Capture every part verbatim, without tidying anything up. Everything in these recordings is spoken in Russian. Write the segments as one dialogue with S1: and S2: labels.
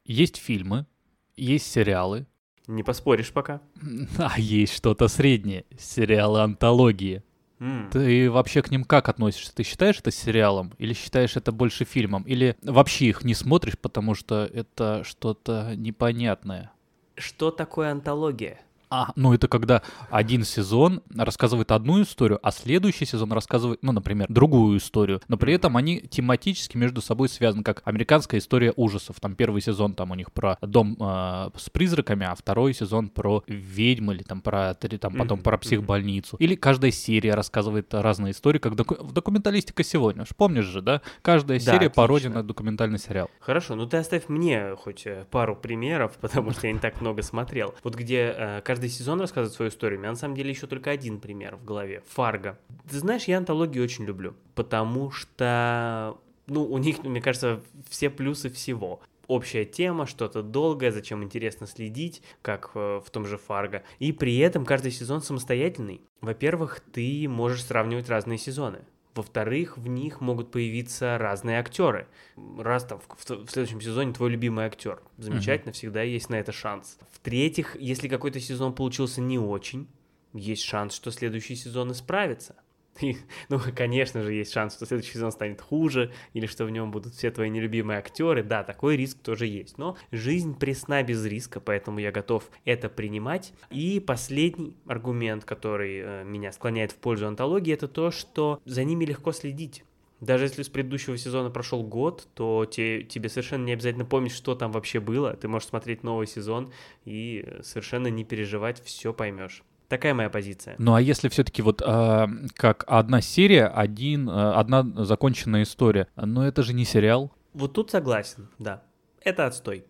S1: есть фильмы, есть сериалы,
S2: Не поспоришь пока.
S1: а есть что-то среднее, сериалы-антологии.
S2: М.
S1: Ты вообще к ним как относишься? Ты считаешь это сериалом или считаешь это больше фильмом? Или вообще их не смотришь, потому что это что-то непонятное?
S2: Что такое антология?
S1: А, ну это когда один сезон рассказывает одну историю, а следующий сезон рассказывает, ну, например, другую историю, но при
S2: Мгм.
S1: этом они тематически между собой связаны, как американская история ужасов. Там первый сезон там у них про дом э, с призраками, а второй сезон про ведьм или там про три- там потом
S2: Мгм,
S1: про
S2: мгм.
S1: психбольницу. Или каждая серия рассказывает разные истории, как доку- в документалистика сегодня. Ж помнишь же, да? Каждая
S2: Да,
S1: серия пародия
S2: отлично.
S1: на документальный сериал.
S2: Хорошо, ну ты оставь мне хоть э, пару примеров, потому что я не так много смотрел. Вот где э, каждый сезон рассказывает свою историю, у меня на самом деле еще только один пример в голове. Фарго. Ты знаешь, я антологии очень люблю, потому что, ну, у них, мне кажется, все плюсы всего. Общая тема, что-то долгое, зачем интересно следить, как э, в том же Фарго. И при этом каждый сезон самостоятельный. Во-первых, ты можешь сравнивать разные сезоны. Во-вторых, в них могут появиться разные актеры. Раз там в, в- в следующем сезоне твой любимый актер. Замечательно, всегда есть на это шанс. В-третьих, если какой-то сезон получился не очень, есть шанс, что следующий сезон исправится. И, ну, конечно же, есть шанс, что следующий сезон станет хуже, или что в нем будут все твои нелюбимые актеры. Да, такой риск тоже есть. Но жизнь пресна без риска, поэтому я готов это принимать. И последний аргумент, который э, меня склоняет в пользу антологии, это то, что за ними легко следить. Даже если с предыдущего сезона прошел год, то те, тебе совершенно не обязательно помнить, что там вообще было. Ты можешь смотреть новый сезон и совершенно не переживать, все поймешь. Такая моя позиция.
S1: Ну а если все-таки вот а, как одна серия, один, а, одна законченная история, но это же не сериал.
S2: Вот тут согласен, да. Это отстой.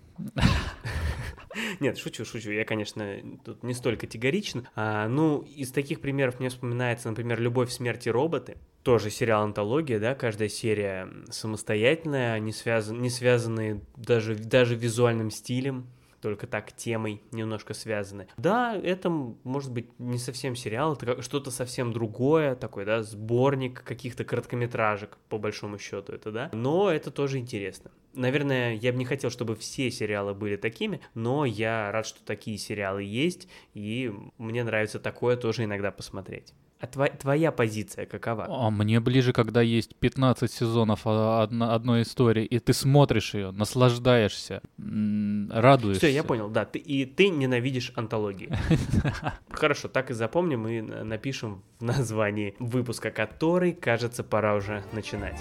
S2: Нет, шучу, шучу. Я, конечно, тут не столь категоричен. А, ну, из таких примеров мне вспоминается, например, «Любовь, смерть и роботы». Тоже сериал-антология, да, каждая серия самостоятельная, не, связан, не связанные даже, даже визуальным стилем, только так темой немножко связаны. Да, это может быть не совсем сериал, это что-то совсем другое, такой, да, сборник каких-то короткометражек, по большому счету это, да, но это тоже интересно. Наверное, я бы не хотел, чтобы все сериалы были такими, но я рад, что такие сериалы есть, и мне нравится такое тоже иногда посмотреть. А тво- твоя позиция какова?
S1: А мне ближе, когда есть пятнадцать сезонов а, одно- одной истории, и ты смотришь ее, наслаждаешься, м,
S2: Все, я
S1: радуешься.
S2: понял, да, ты, и ты ненавидишь антологии. Хорошо, так и запомним и на- напишем в названии выпуска, который, кажется, пора уже начинать.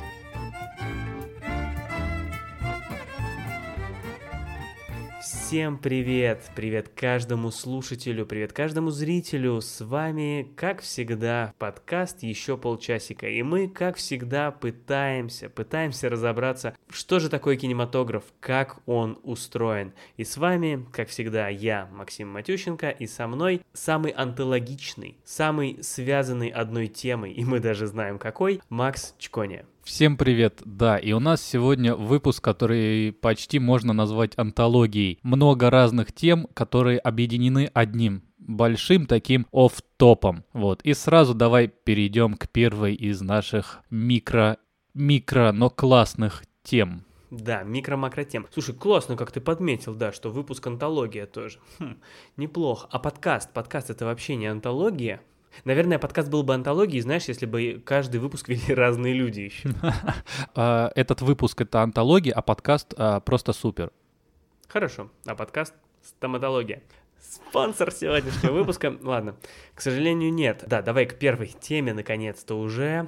S2: Всем привет! Привет каждому слушателю, привет каждому зрителю. С вами, как всегда, подкаст «Еще полчасика». И мы, как всегда, пытаемся, пытаемся разобраться, что же такое кинематограф, как он устроен. И с вами, как всегда, я, Максим Матющенко, и со мной самый антологичный, самый связанный одной темой, и мы даже знаем какой, Макс Чконя.
S1: Всем привет, да, и у нас сегодня выпуск, который почти можно назвать антологией. Много разных тем, которые объединены одним большим таким офф-топом. Вот, и сразу давай перейдем к первой из наших микро, микро, но классных тем.
S2: Да, микро-макро-тем. Слушай, классно, как ты подметил, да, что выпуск антология тоже. Хм, неплохо. А подкаст? Подкаст это вообще не антология? Наверное, подкаст был бы антологией, знаешь, если бы каждый выпуск вели разные люди еще.
S1: А, Этот выпуск — это антология, а подкаст а, просто супер.
S2: Хорошо, а подкаст стоматология. Спонсор сегодняшнего выпуска. Ладно, к сожалению, нет. Да, давай к первой теме, наконец-то, уже.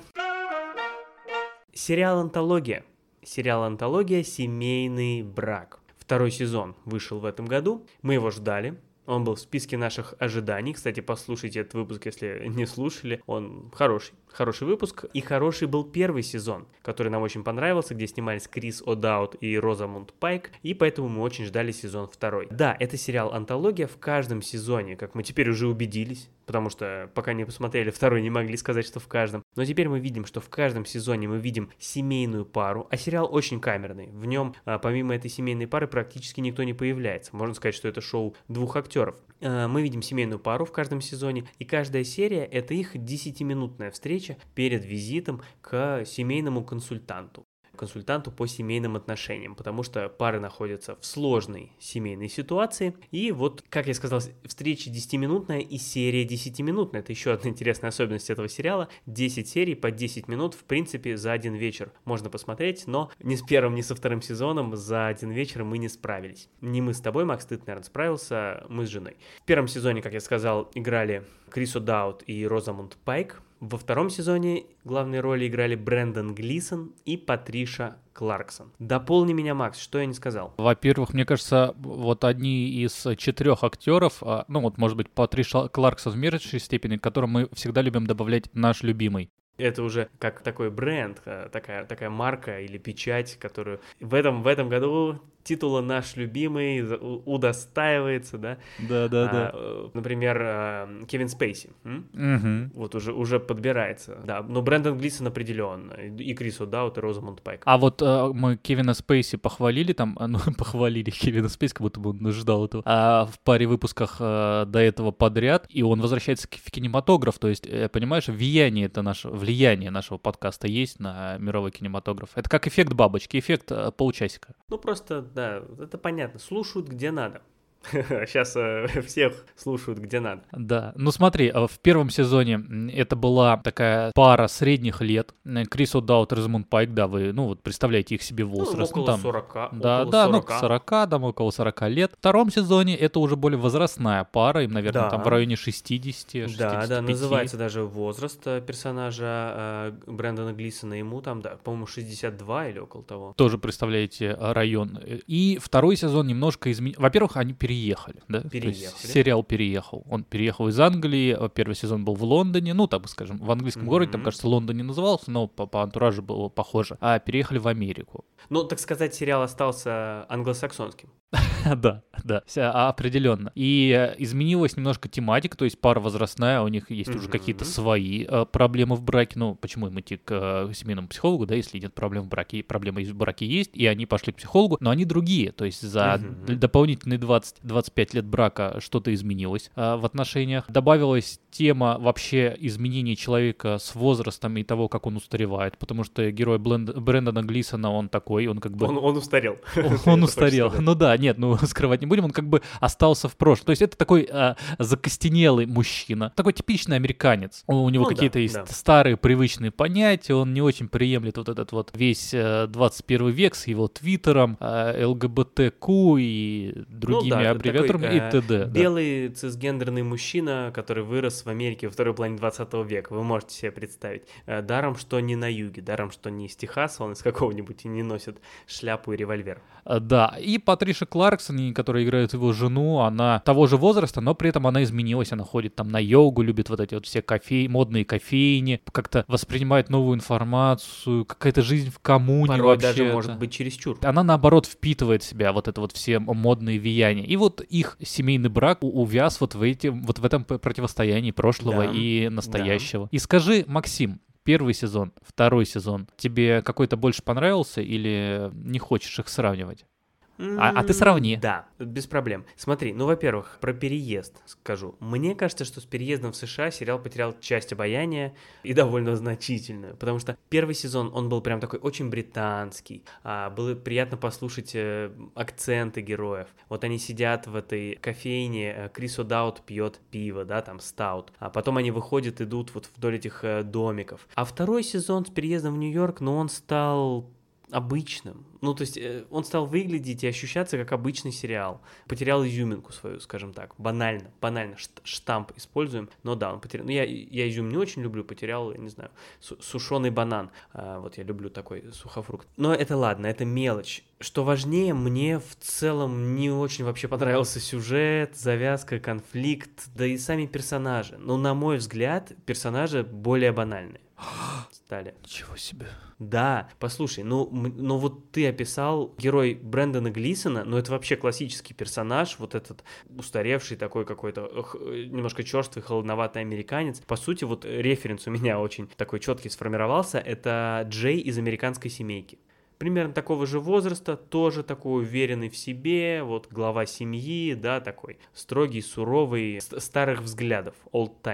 S2: Сериал «Антология». Сериал «Антология. Семейный брак». Второй сезон вышел в этом году. Мы его ждали. Он был в списке наших ожиданий. Кстати, послушайте этот выпуск, если не слушали. Он хороший. Хороший выпуск. И хороший был первый сезон, который нам очень понравился, где снимались Крис О'Даут и Розамунд Пайк. И поэтому мы очень ждали сезон второй. Да, это сериал «Антология». В каждом сезоне, как мы теперь уже убедились, потому что пока не посмотрели второй, не могли сказать, что в каждом. Но теперь мы видим, что в каждом сезоне мы видим семейную пару, а сериал очень камерный. В нем, помимо этой семейной пары, практически никто не появляется. Можно сказать, что это шоу двух актеров. Мы видим семейную пару в каждом сезоне, и каждая серия — это их десятиминутная встреча перед визитом к семейному консультанту. консультанту по семейным отношениям, потому что пары находятся в сложной семейной ситуации. И вот, как я сказал, встреча десятиминутная и серия десятиминутная. Это еще одна интересная особенность этого сериала. десять серий по десять минут, в принципе, за один вечер можно посмотреть, но ни с первым, ни со вторым сезоном за один вечер мы не справились. Не мы с тобой, Макс, ты, наверное, справился, мы с женой. В первом сезоне, как я сказал, играли Крис О'Даут и Розамунд Пайк. Во втором сезоне главные роли играли Брэндон Глисон и Патриша Кларксон. Дополни меня, Макс, что я не сказал?
S1: Во-первых, мне кажется, вот одни из четырех актеров, ну вот, может быть, Патриша Кларксон в меньшей степени, к которым мы всегда любим добавлять наш любимый.
S2: Это уже как такой бренд, такая, такая марка или печать, которую в этом, в этом году титула «Наш любимый» удостаивается, да?
S1: Да, да, да.
S2: А, например, Кевин Спейси.
S1: Угу.
S2: Вот уже, уже подбирается. Да, но Брэндон Глисон определенно. И Крис О'Даут, и Розамунд Пайк.
S1: А вот а, мы Кевина Спейси похвалили там, ну, похвалили Кевина Спейси, как будто бы он ждал этого, а в паре выпусках а, до этого подряд, и он возвращается в кинематограф, то есть, понимаешь, влияние это наше, влияние нашего подкаста есть на мировой кинематограф. Это как эффект бабочки, эффект а, полчасика.
S2: Ну, просто, да, это понятно. Слушают где надо. Сейчас э, всех слушают где надо.
S1: Да, ну смотри, в первом сезоне это была такая пара средних лет. Крис О'Даут и Розамунд Пайк, да, вы, ну вот представляете их себе возраст.
S2: Ну, около
S1: ну, там,
S2: сорока.
S1: Да,
S2: около
S1: да,
S2: сорока.
S1: ну сорока, там около сорока лет. В втором сезоне это уже более возрастная пара, им, наверное,
S2: Да.
S1: там в районе шестидесяти шестидесяти
S2: Да, да,
S1: пяти.
S2: называется даже возраст э, персонажа э, Брэндона Глисона, ему там, да, по-моему, шестьдесят два или около того.
S1: Тоже представляете район. И второй сезон немножко изменил. Во-первых, они переехали, да?
S2: Переехали.
S1: То есть сериал переехал. Он переехал из Англии, первый сезон был в Лондоне, ну, так скажем, в английском mm-hmm. городе, там, кажется, Лондон не назывался, но по, по антуражу было похоже. А переехали в Америку.
S2: Ну, так сказать, сериал остался англосаксонским.
S1: Да, да, определенно. И изменилась немножко тематика, то есть пара возрастная, у них есть уже какие-то свои проблемы в браке. Ну, почему им идти к семейному психологу, да, если нет проблем в браке? Проблемы в браке есть, и они пошли к психологу, но они другие. То есть за дополнительные двадцать-двадцать пять лет брака что-то изменилось в отношениях. Добавилась тема вообще изменения человека с возрастом и того, как он устаревает, потому что герой Брэндона Глисона, он такой, он как бы...
S2: Он, он устарел.
S1: Он устарел. Ну да, нет, ну скрывать не будем, он как бы остался в прошлом. То есть это такой а, закостенелый мужчина, такой типичный американец. У него ну, какие-то да, есть да. старые привычные понятия, он не очень приемлет вот этот вот весь двадцать первый век с его твиттером, эл гэ бэ тэ ку и другими ну, да, аббревиатурами такой, и т.д.
S2: Белый да. цисгендерный мужчина, который вырос в Америке во второй половине двадцатого века, вы можете себе представить. Даром, что не на юге, даром, что не из Техаса, он из какого-нибудь и не носит шляпу и револьвер.
S1: Да, и Патриша Кларксон, которая играет его жену, она того же возраста, но при этом она изменилась, она ходит там на йогу, любит вот эти вот все кофе... модные кофейни, как-то воспринимает новую информацию, какая-то жизнь в коммуне
S2: порой
S1: вообще.
S2: даже может быть чересчур.
S1: Она наоборот впитывает в себя вот это вот все модные влияния. И вот их семейный брак увяз вот в, эти, вот в этом противостоянии прошлого да, и настоящего. Да. И скажи, Максим, первый сезон, второй сезон, тебе какой-то больше понравился или не хочешь их сравнивать? А, а ты сравни.
S2: Да, без проблем. Смотри, ну, во-первых, про переезд скажу. Мне кажется, что с переездом в США сериал потерял часть обаяния и довольно значительную, потому что первый сезон, он был прям такой очень британский, а, было приятно послушать э, акценты героев. Вот они сидят в этой кофейне, Крис О'Даут пьет пиво, да, там, стаут, а потом они выходят, идут вот вдоль этих э, домиков. А второй сезон с переездом в Нью-Йорк, ну, он стал... обычным. Ну, то есть он стал выглядеть и ощущаться как обычный сериал. Потерял изюминку свою, скажем так. Банально, банально штамп используем. Но да, он потерял. Ну, я, я изюм не очень люблю, потерял, я не знаю, сушеный банан. А, вот я люблю такой сухофрукт. Но это ладно, это мелочь. Что важнее, мне в целом не очень вообще понравился сюжет, завязка, конфликт, да и сами персонажи. Но, на мой взгляд, персонажи более банальные стали.
S1: Ничего себе.
S2: Да, послушай, ну, ну вот ты описал герой Брэндона Глисона, ну это вообще классический персонаж, вот этот устаревший такой какой-то немножко черствый, холодноватый американец. По сути, вот референс у меня очень такой четкий сформировался, это Джей из «Американской семейки». Примерно такого же возраста, тоже такой уверенный в себе, вот глава семьи, да, такой строгий, суровый, старых взглядов, олдтаймер.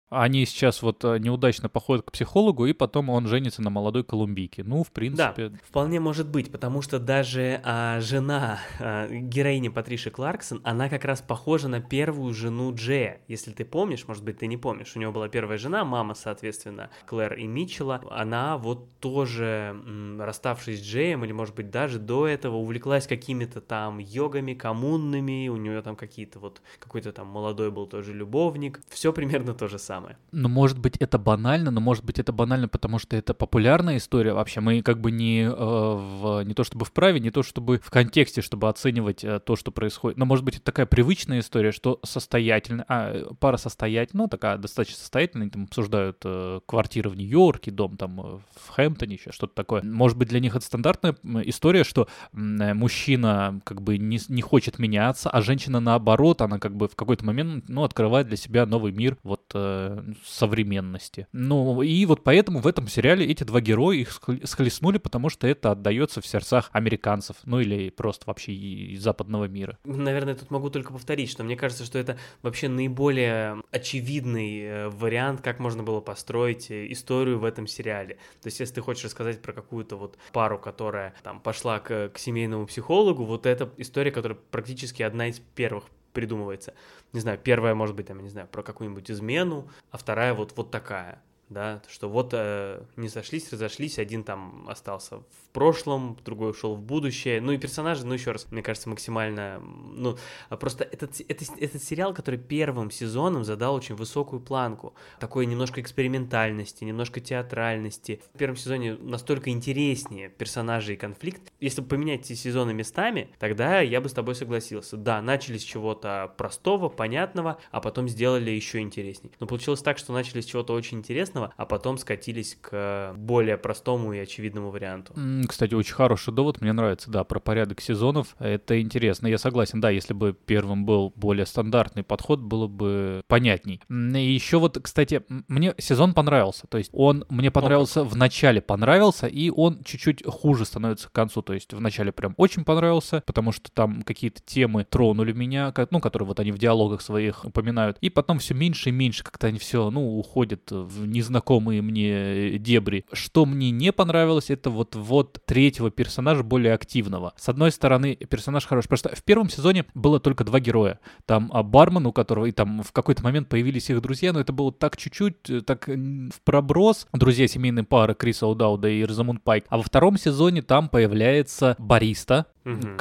S1: Они сейчас вот э, неудачно походят к психологу, и потом он женится на молодой колумбийке. Ну, в принципе...
S2: Да, вполне может быть, потому что даже а, жена а, героини Патриши Кларксон, она как раз похожа на первую жену Джея. Если ты помнишь, может быть, ты не помнишь, у него была первая жена, мама, соответственно, Клэр и Митчелла. Она вот тоже, м, расставшись с Джеем, или, может быть, даже до этого, увлеклась какими-то там йогами, коммунными, у нее там какие-то вот, какой-то там молодой был тоже любовник. Все примерно то же самое.
S1: Ну, может быть, это банально, но может быть, это банально, потому что это популярная история. Вообще, мы как бы не, э, в, не то чтобы вправе, не то чтобы в контексте, чтобы оценивать э, то, что происходит. Но может быть, это такая привычная история, что состоятельная, а, пара состоятельная, ну, такая достаточно состоятельная, там обсуждают э, квартиры в Нью-Йорке, дом там э, в Хэмптоне, еще что-то такое. Может быть, для них это стандартная история, что э, мужчина как бы не, не хочет меняться, а женщина наоборот, она как бы в какой-то момент, ну, открывает для себя новый мир, вот э, современности. Ну, и вот поэтому в этом сериале эти два героя их схлестнули, потому что это отдается в сердцах американцев, ну или просто вообще из западного мира.
S2: Наверное, тут могу только повторить, что мне кажется, что это вообще наиболее очевидный вариант, как можно было построить историю в этом сериале. То есть, если ты хочешь рассказать про какую-то вот пару, которая там пошла к, к семейному психологу, вот эта история, которая практически одна из первых придумывается. Не знаю, первая, может быть, там, я не знаю, про какую-нибудь измену, а вторая вот, вот такая, да, что вот э, не сошлись, разошлись, один там остался в прошлом, другой ушел в будущее, ну и персонажи, ну еще раз, мне кажется, максимально, ну, просто этот, этот, этот сериал, который первым сезоном задал очень высокую планку, такой немножко экспериментальности, немножко театральности. В первом сезоне настолько интереснее персонажи и конфликт. Если бы поменять эти сезоны местами, тогда я бы с тобой согласился. Да, начали с чего-то простого, понятного, а потом сделали еще интересней. Но получилось так, что начали с чего-то очень интересного, а потом скатились к более простому и очевидному варианту.
S1: Кстати, очень хороший довод, мне нравится, да, про порядок сезонов, это интересно, я согласен, да, если бы первым был более стандартный подход, было бы понятней. И еще вот, кстати, мне сезон понравился, то есть он мне понравился, в начале понравился, и он чуть-чуть хуже становится к концу, то есть в начале прям очень понравился, потому что там какие-то темы тронули меня, ну, которые вот они в диалогах своих упоминают, и потом все меньше и меньше как-то они все, ну, уходят в незнакомые мне дебри. Что мне не понравилось, это вот вот третьего персонажа, более активного. С одной стороны, персонаж хороший, потому что в первом сезоне было только два героя. Там а, бармен, у которого и там в какой-то момент появились их друзья, но это было так чуть-чуть, так в проброс. Друзья семейной пары Криса О'Дауда и Розамунд Пайк. А во втором сезоне там появляется бариста,
S2: Угу.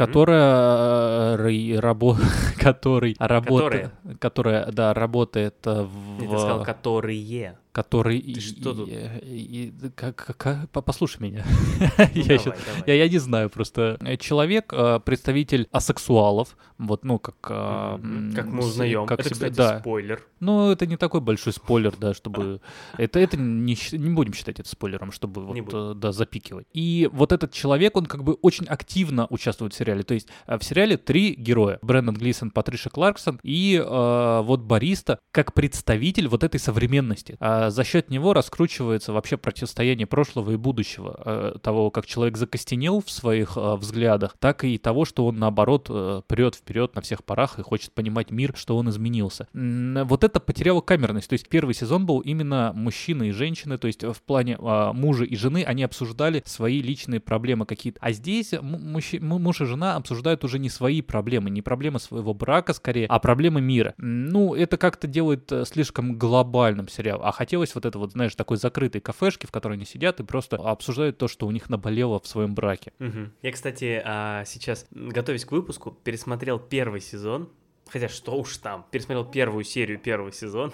S1: которая э, рабо... который работает, которая, да, работает в...
S2: Я сказал, которые.
S1: Который...
S2: Ты что тут?
S1: И, и, как, как, послушай меня.
S2: Ну,
S1: я,
S2: давай,
S1: щас,
S2: давай.
S1: Я, я не знаю, просто человек, представитель асексуалов, вот, ну, как...
S2: Mm-hmm. Как мы узнаем.
S1: Как
S2: это,
S1: себя,
S2: кстати,
S1: да.
S2: спойлер.
S1: Ну, это не такой большой спойлер, да, чтобы... Это, это не, не будем считать это спойлером, чтобы вот, да, запикивать. И вот этот человек, он как бы очень активно участвует в сериале. То есть в сериале три героя. Брэндон Глисон, Патриша Кларксон и э, вот бариста как представитель вот этой современности. А за счет него раскручивается вообще противостояние прошлого и будущего. Э, того, как человек закостенел в своих э, взглядах, так и того, что он, наоборот, э, прет вперед на всех парах и хочет понимать мир, что он изменился. М-м, вот это потеряло камерность. То есть первый сезон был именно мужчины и женщины, то есть в плане э, мужа и жены они обсуждали свои личные проблемы какие-то. А здесь муж, муж и жена обсуждают уже не свои проблемы, не проблемы своего брака скорее, а проблемы мира. Ну, это как-то делает слишком глобальным сериал. А хотелось вот это вот, знаешь, такой закрытой кафешки, в которой они сидят и просто обсуждают то, что у них наболело в своем браке.
S2: Угу. Я, кстати, сейчас, готовясь к выпуску, пересмотрел первый сезон. Хотя что уж там, пересмотрел первую серию первого сезона.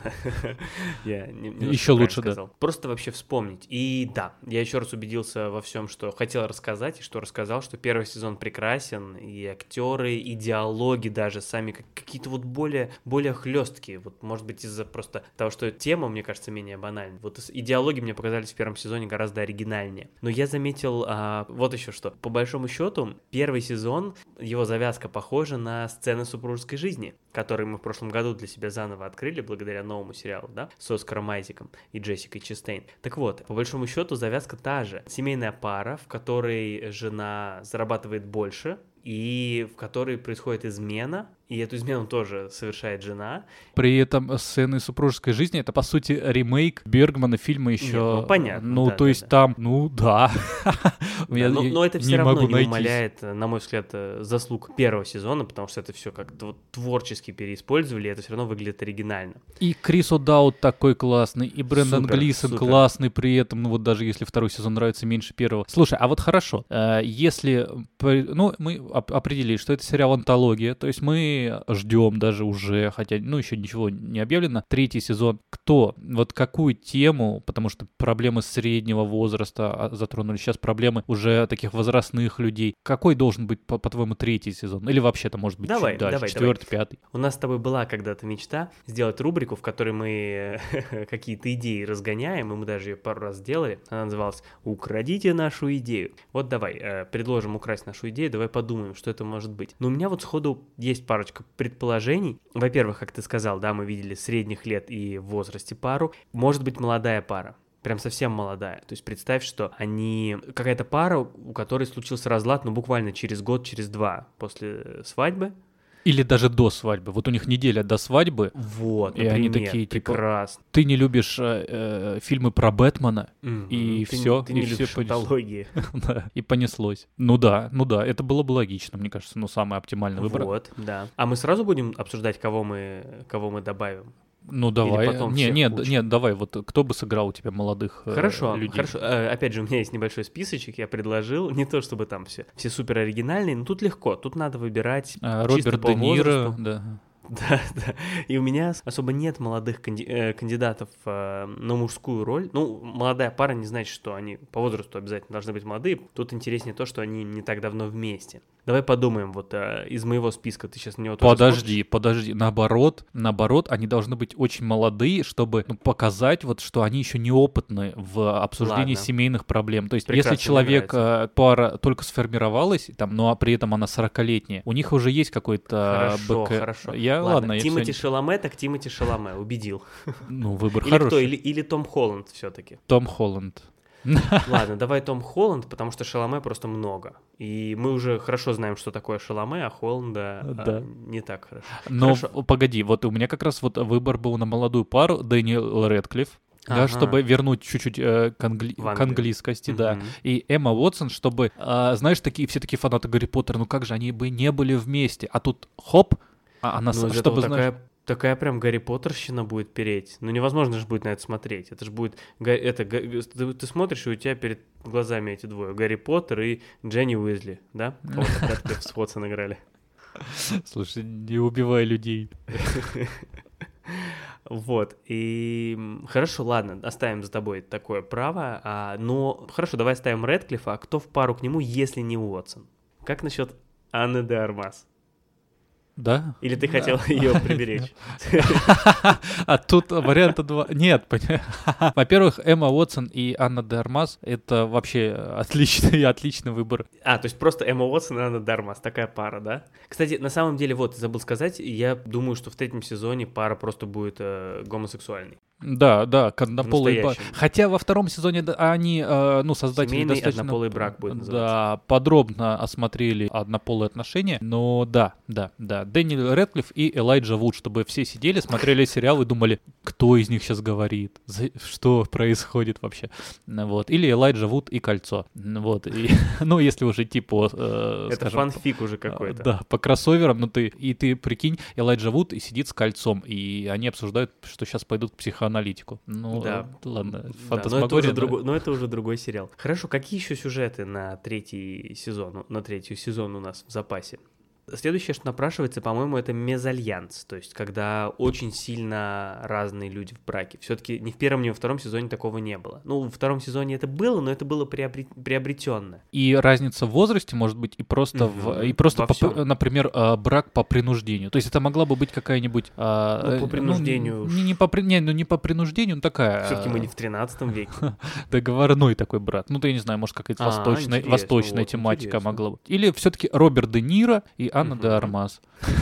S2: Я
S1: еще лучше,
S2: сказал. Да. Просто вообще вспомнить. И да, я еще раз убедился во всем, что хотел рассказать, и что рассказал, что первый сезон прекрасен, и актеры, и диалоги даже сами какие-то вот более, более хлесткие. Вот, может быть, из-за просто того, что тема, мне кажется, менее банальна. Вот и диалоги мне показались в первом сезоне гораздо оригинальнее. Но я заметил а, вот еще что. По большому счету, первый сезон, его завязка похожа на сцены супружеской жизни, который мы в прошлом году для себя заново открыли благодаря новому сериалу, да, с Оскаром Айзеком и Джессикой Честейн. Так вот, по большому счету завязка та же. Семейная пара, в которой жена зарабатывает больше, и в которой происходит измена, и эту измену тоже совершает жена.
S1: При этом сцены супружеской жизни — это, по сути, ремейк Бергмана фильма еще...
S2: Нет, ну, понятно.
S1: Ну,
S2: да,
S1: то
S2: да,
S1: есть
S2: да.
S1: там, ну, да.
S2: Да,
S1: Я,
S2: но,
S1: я
S2: но это все
S1: не
S2: равно
S1: могу
S2: не
S1: найтись.
S2: умаляет, на мой взгляд, заслуг первого сезона, потому что это все как-то вот творчески переиспользовали, и это все равно выглядит оригинально.
S1: И Крис О'Даут такой классный, и Брэндон
S2: Супер,
S1: Глисон
S2: супер.
S1: классный при этом, ну вот даже если второй сезон нравится меньше первого. Слушай, а вот хорошо, э, если... при- Ну, мы оп- определили, что это сериал антология, то есть мы ждем даже уже, хотя, ну, еще ничего не объявлено, третий сезон. Кто, вот какую тему, потому что проблемы среднего возраста а, затронули, сейчас проблемы уже таких возрастных людей. Какой должен быть, по- по-твоему, третий сезон? Или вообще-то может быть
S2: Давай,
S1: чуть дальше,
S2: давай,
S1: четвертый, пятый?
S2: У нас с тобой была когда-то мечта сделать рубрику, в которой мы какие-то идеи разгоняем, и мы даже ее пару раз сделали. Она называлась «Украдите нашу идею». Вот давай, э, предложим украсть нашу идею, давай подумаем, что это может быть. Но у меня вот сходу есть парочка предположений. Во-первых, как ты сказал, да, мы видели средних лет и в возрасте пару. Может быть, молодая пара. Прям совсем молодая. То есть представь, что они... Какая-то пара, у которой случился разлад, ну, буквально через год, через два после свадьбы.
S1: Или даже до свадьбы. Вот у них неделя до свадьбы,
S2: Вот,
S1: и
S2: например,
S1: они такие, типа,
S2: прекрасно.
S1: ты не любишь э, э, фильмы про Бэтмена,
S2: Мгм.
S1: и
S2: Ты-
S1: все,
S2: Ты
S1: и
S2: не
S1: все
S2: любишь антологии.
S1: Да, и понеслось. Ну да, ну да, это было бы логично, мне кажется, ну самый оптимальный выбор.
S2: Вот, да. А мы сразу будем обсуждать, кого мы, кого мы добавим?
S1: Ну давай,
S2: потом
S1: не,
S2: всех
S1: не,
S2: кучу?
S1: нет, давай, вот кто бы сыграл у тебя молодых э,
S2: Хорошо,
S1: людей?
S2: хорошо. Э, Опять же, у меня есть небольшой списочек, я предложил. Не то чтобы там все, все супер оригинальные, но тут легко. Тут надо выбирать
S1: А,
S2: чисто
S1: Роберт
S2: по
S1: Де Ниро,
S2: возрасту.
S1: да.
S2: Да, да. И у меня особо нет молодых канди- э, кандидатов э, на мужскую роль. Ну, молодая пара не значит, что они по возрасту обязательно должны быть молодые. Тут интереснее то, что они не так давно вместе. Давай подумаем, вот э, из моего списка ты сейчас на него тоже
S1: Подожди,
S2: смотришь?
S1: подожди, наоборот, наоборот, они должны быть очень молодые, чтобы ну, показать вот, что они еще неопытны в обсуждении
S2: Ладно.
S1: семейных проблем. То есть,
S2: Прекрасно,
S1: если
S2: мне
S1: человек,
S2: нравится.
S1: э, пара только сформировалась, там, но при этом она сорокалетняя, у них уже есть какой-то
S2: Хорошо,
S1: БК.
S2: хорошо.
S1: Я,
S2: Ладно,
S1: ладно, я
S2: Тимоти
S1: всё-
S2: Шаломе, так Тимоти Шаломе, убедил.
S1: ну, выбор
S2: Или
S1: хороший.
S2: кто? Или, или Том Холланд все-таки.
S1: Том Холланд.
S2: Ладно, давай Том Холланд, потому что Шаломе просто много. И мы уже хорошо знаем, что такое Шаломе, а Холланда а,
S1: Да.
S2: не так хорошо.
S1: Но
S2: Хорошо.
S1: в- погоди, вот у меня как раз вот выбор был на молодую пару Дэниел Рэдклифф, да,
S2: Ага.
S1: чтобы вернуть чуть-чуть э, к, англи-
S2: В
S1: к
S2: Англию.
S1: английскости, да.
S2: Мгм.
S1: И Эмма Уотсон, чтобы, а, знаешь, такие все такие фанаты Гарри Поттера, ну как же они бы не были вместе, а тут хоп, а она,
S2: Ну,
S1: с-
S2: из
S1: чтобы,
S2: этого
S1: знаешь,
S2: такая, такая прям Гарри Поттерщина будет переть. Ну, невозможно же будет на это смотреть. Это же будет... га- Это, га- ты, ты смотришь, и у тебя перед глазами эти двое. Гарри Поттер и Дженни Уизли, да? Вот, Рэдклифф с Уотсон играли.
S1: слушай, не убивай людей.
S2: Вот, и м, хорошо, ладно, оставим за тобой такое право, а, но хорошо, давай оставим Рэдклиффа, а кто в пару к нему, если не Уотсон? Как насчет Анны де Армас?
S1: Да?
S2: Или ты хотел ее приберечь?
S1: А тут варианта два. Нет, поня- во-первых, Эмма Уотсон и Анна де Армас — это вообще отличный, отличный выбор.
S2: А, то есть просто Эмма Уотсон и Анна де Армас, такая пара, да? Кстати, на самом деле, вот, забыл сказать, я думаю, что в третьем сезоне пара просто будет э, гомосексуальной.
S1: Да, да, к однополой ба-
S2: настоящем.
S1: Хотя во втором сезоне да, они, э, ну, создатели
S2: Семейный
S1: достаточно...
S2: однополый брак будет называться.
S1: Да, подробно осмотрели однополые отношения, но да, да, да. Дэниел Рэдклифф и Элайджа Вуд, чтобы все сидели, смотрели сериал и думали, кто из них сейчас говорит, за- что происходит вообще. Ну, вот. Или Элайджа Вуд и Кольцо. Ну, вот. И, ну, если уже идти по... э,
S2: Это
S1: скажем,
S2: фанфик уже какой-то.
S1: да, по кроссоверам, ну ты, и ты прикинь, Элайджа Вуд и сидит с Кольцом, и они обсуждают, что сейчас пойдут к психоаналитику. Ну,
S2: Да.
S1: э, ладно,
S2: Да, но, это
S1: фантасмагория,
S2: уже
S1: да.
S2: другой, но это уже другой сериал. Хорошо, какие еще сюжеты на третий сезон, на третий сезон у нас в запасе? Следующее, что напрашивается, по-моему, это мезальянс, то есть когда очень сильно разные люди в браке. Все-таки ни в первом, ни во втором сезоне такого не было. Ну, во втором сезоне это было, но это было приобрет... приобретенно.
S1: И разница в возрасте может быть и просто, в,
S2: Мгм.
S1: и просто
S2: Во
S1: по-
S2: всем.
S1: например, э, брак по принуждению. То есть это могла бы быть какая-нибудь... э,
S2: Ну, по
S1: э,
S2: принуждению
S1: не, не по, при- не, ну, не по принуждению, ну такая...
S2: Все-таки мы
S1: э,
S2: не в тринадцатом веке.
S1: договорной такой брак. Ну, ты, я не знаю, может, какая-то
S2: А,
S1: восточная,
S2: интересно,
S1: восточная
S2: вот,
S1: тематика
S2: интересно.
S1: могла быть. Или все-таки Роберт Де Ниро и Анна
S2: Мгм.
S1: де Армас.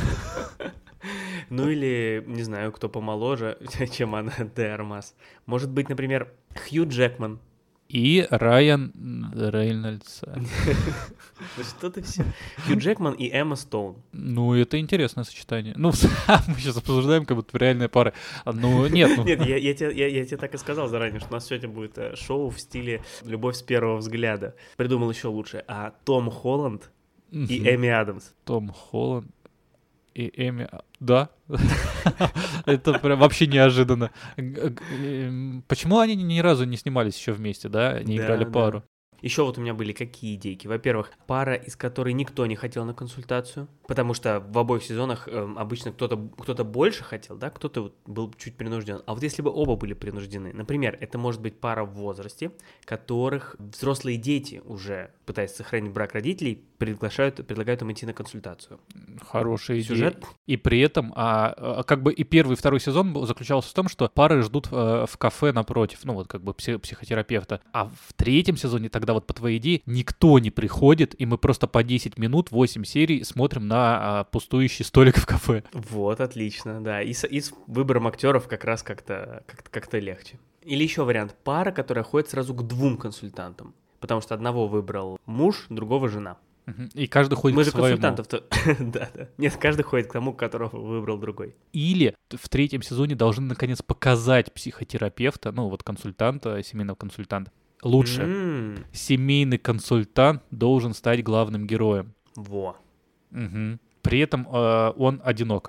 S2: Ну или, не знаю, кто помоложе, чем она де Армас. Может быть, например, Хью Джекман.
S1: и Райан Рейнольдс.
S2: Ну что ты все? Хью Джекман и Эмма Стоун.
S1: Ну, это интересное сочетание. Ну, мы сейчас обсуждаем, как будто реальная пара. Ну, нет. Ну...
S2: Нет, я, я, тебе, я, я тебе так и сказал заранее, что у нас сегодня будет шоу в стиле «Любовь с первого взгляда». Придумал еще лучше. А Том Холланд и Эми Адамс.
S1: Том Холланд и Эми... Да. Это прям вообще неожиданно. Почему они ни разу не снимались еще вместе, да? Не играли пару?
S2: Еще вот у меня были какие идейки. Во-первых, пара, из которой никто не хотел на консультацию, потому что в обоих сезонах э, обычно кто-то, кто-то больше хотел, да, кто-то вот был чуть принужден. А вот если бы оба были принуждены, например, это может быть пара в возрасте, которых взрослые дети уже, пытаясь сохранить брак родителей, приглашают, предлагают им идти на консультацию.
S1: Хороший
S2: сюжет.
S1: Идея. И при этом, а, а, как бы и первый, и второй сезон заключался в том, что пары ждут э, в кафе напротив, ну вот как бы псих, психотерапевта. А в третьем сезоне тогда вот по твоей идее никто не приходит, и мы просто по десять минут, восемь серий смотрим на а, пустующий столик в кафе.
S2: Вот, отлично, да. И с, и с выбором актеров как раз как-то, как-то, как-то легче. Или еще вариант. Пара, которая ходит сразу к двум консультантам, потому что одного выбрал муж, другого жена.
S1: И каждый ходит
S2: Мы
S1: к
S2: же
S1: своему.
S2: консультантов-то... да, да. Нет, каждый ходит к тому, которого выбрал другой.
S1: Или в третьем сезоне должны наконец показать психотерапевта, ну вот консультанта, семейного консультанта. Лучше. Mm. Семейный консультант должен стать главным героем.
S2: Во.
S1: Угу. При этом э, он одинок.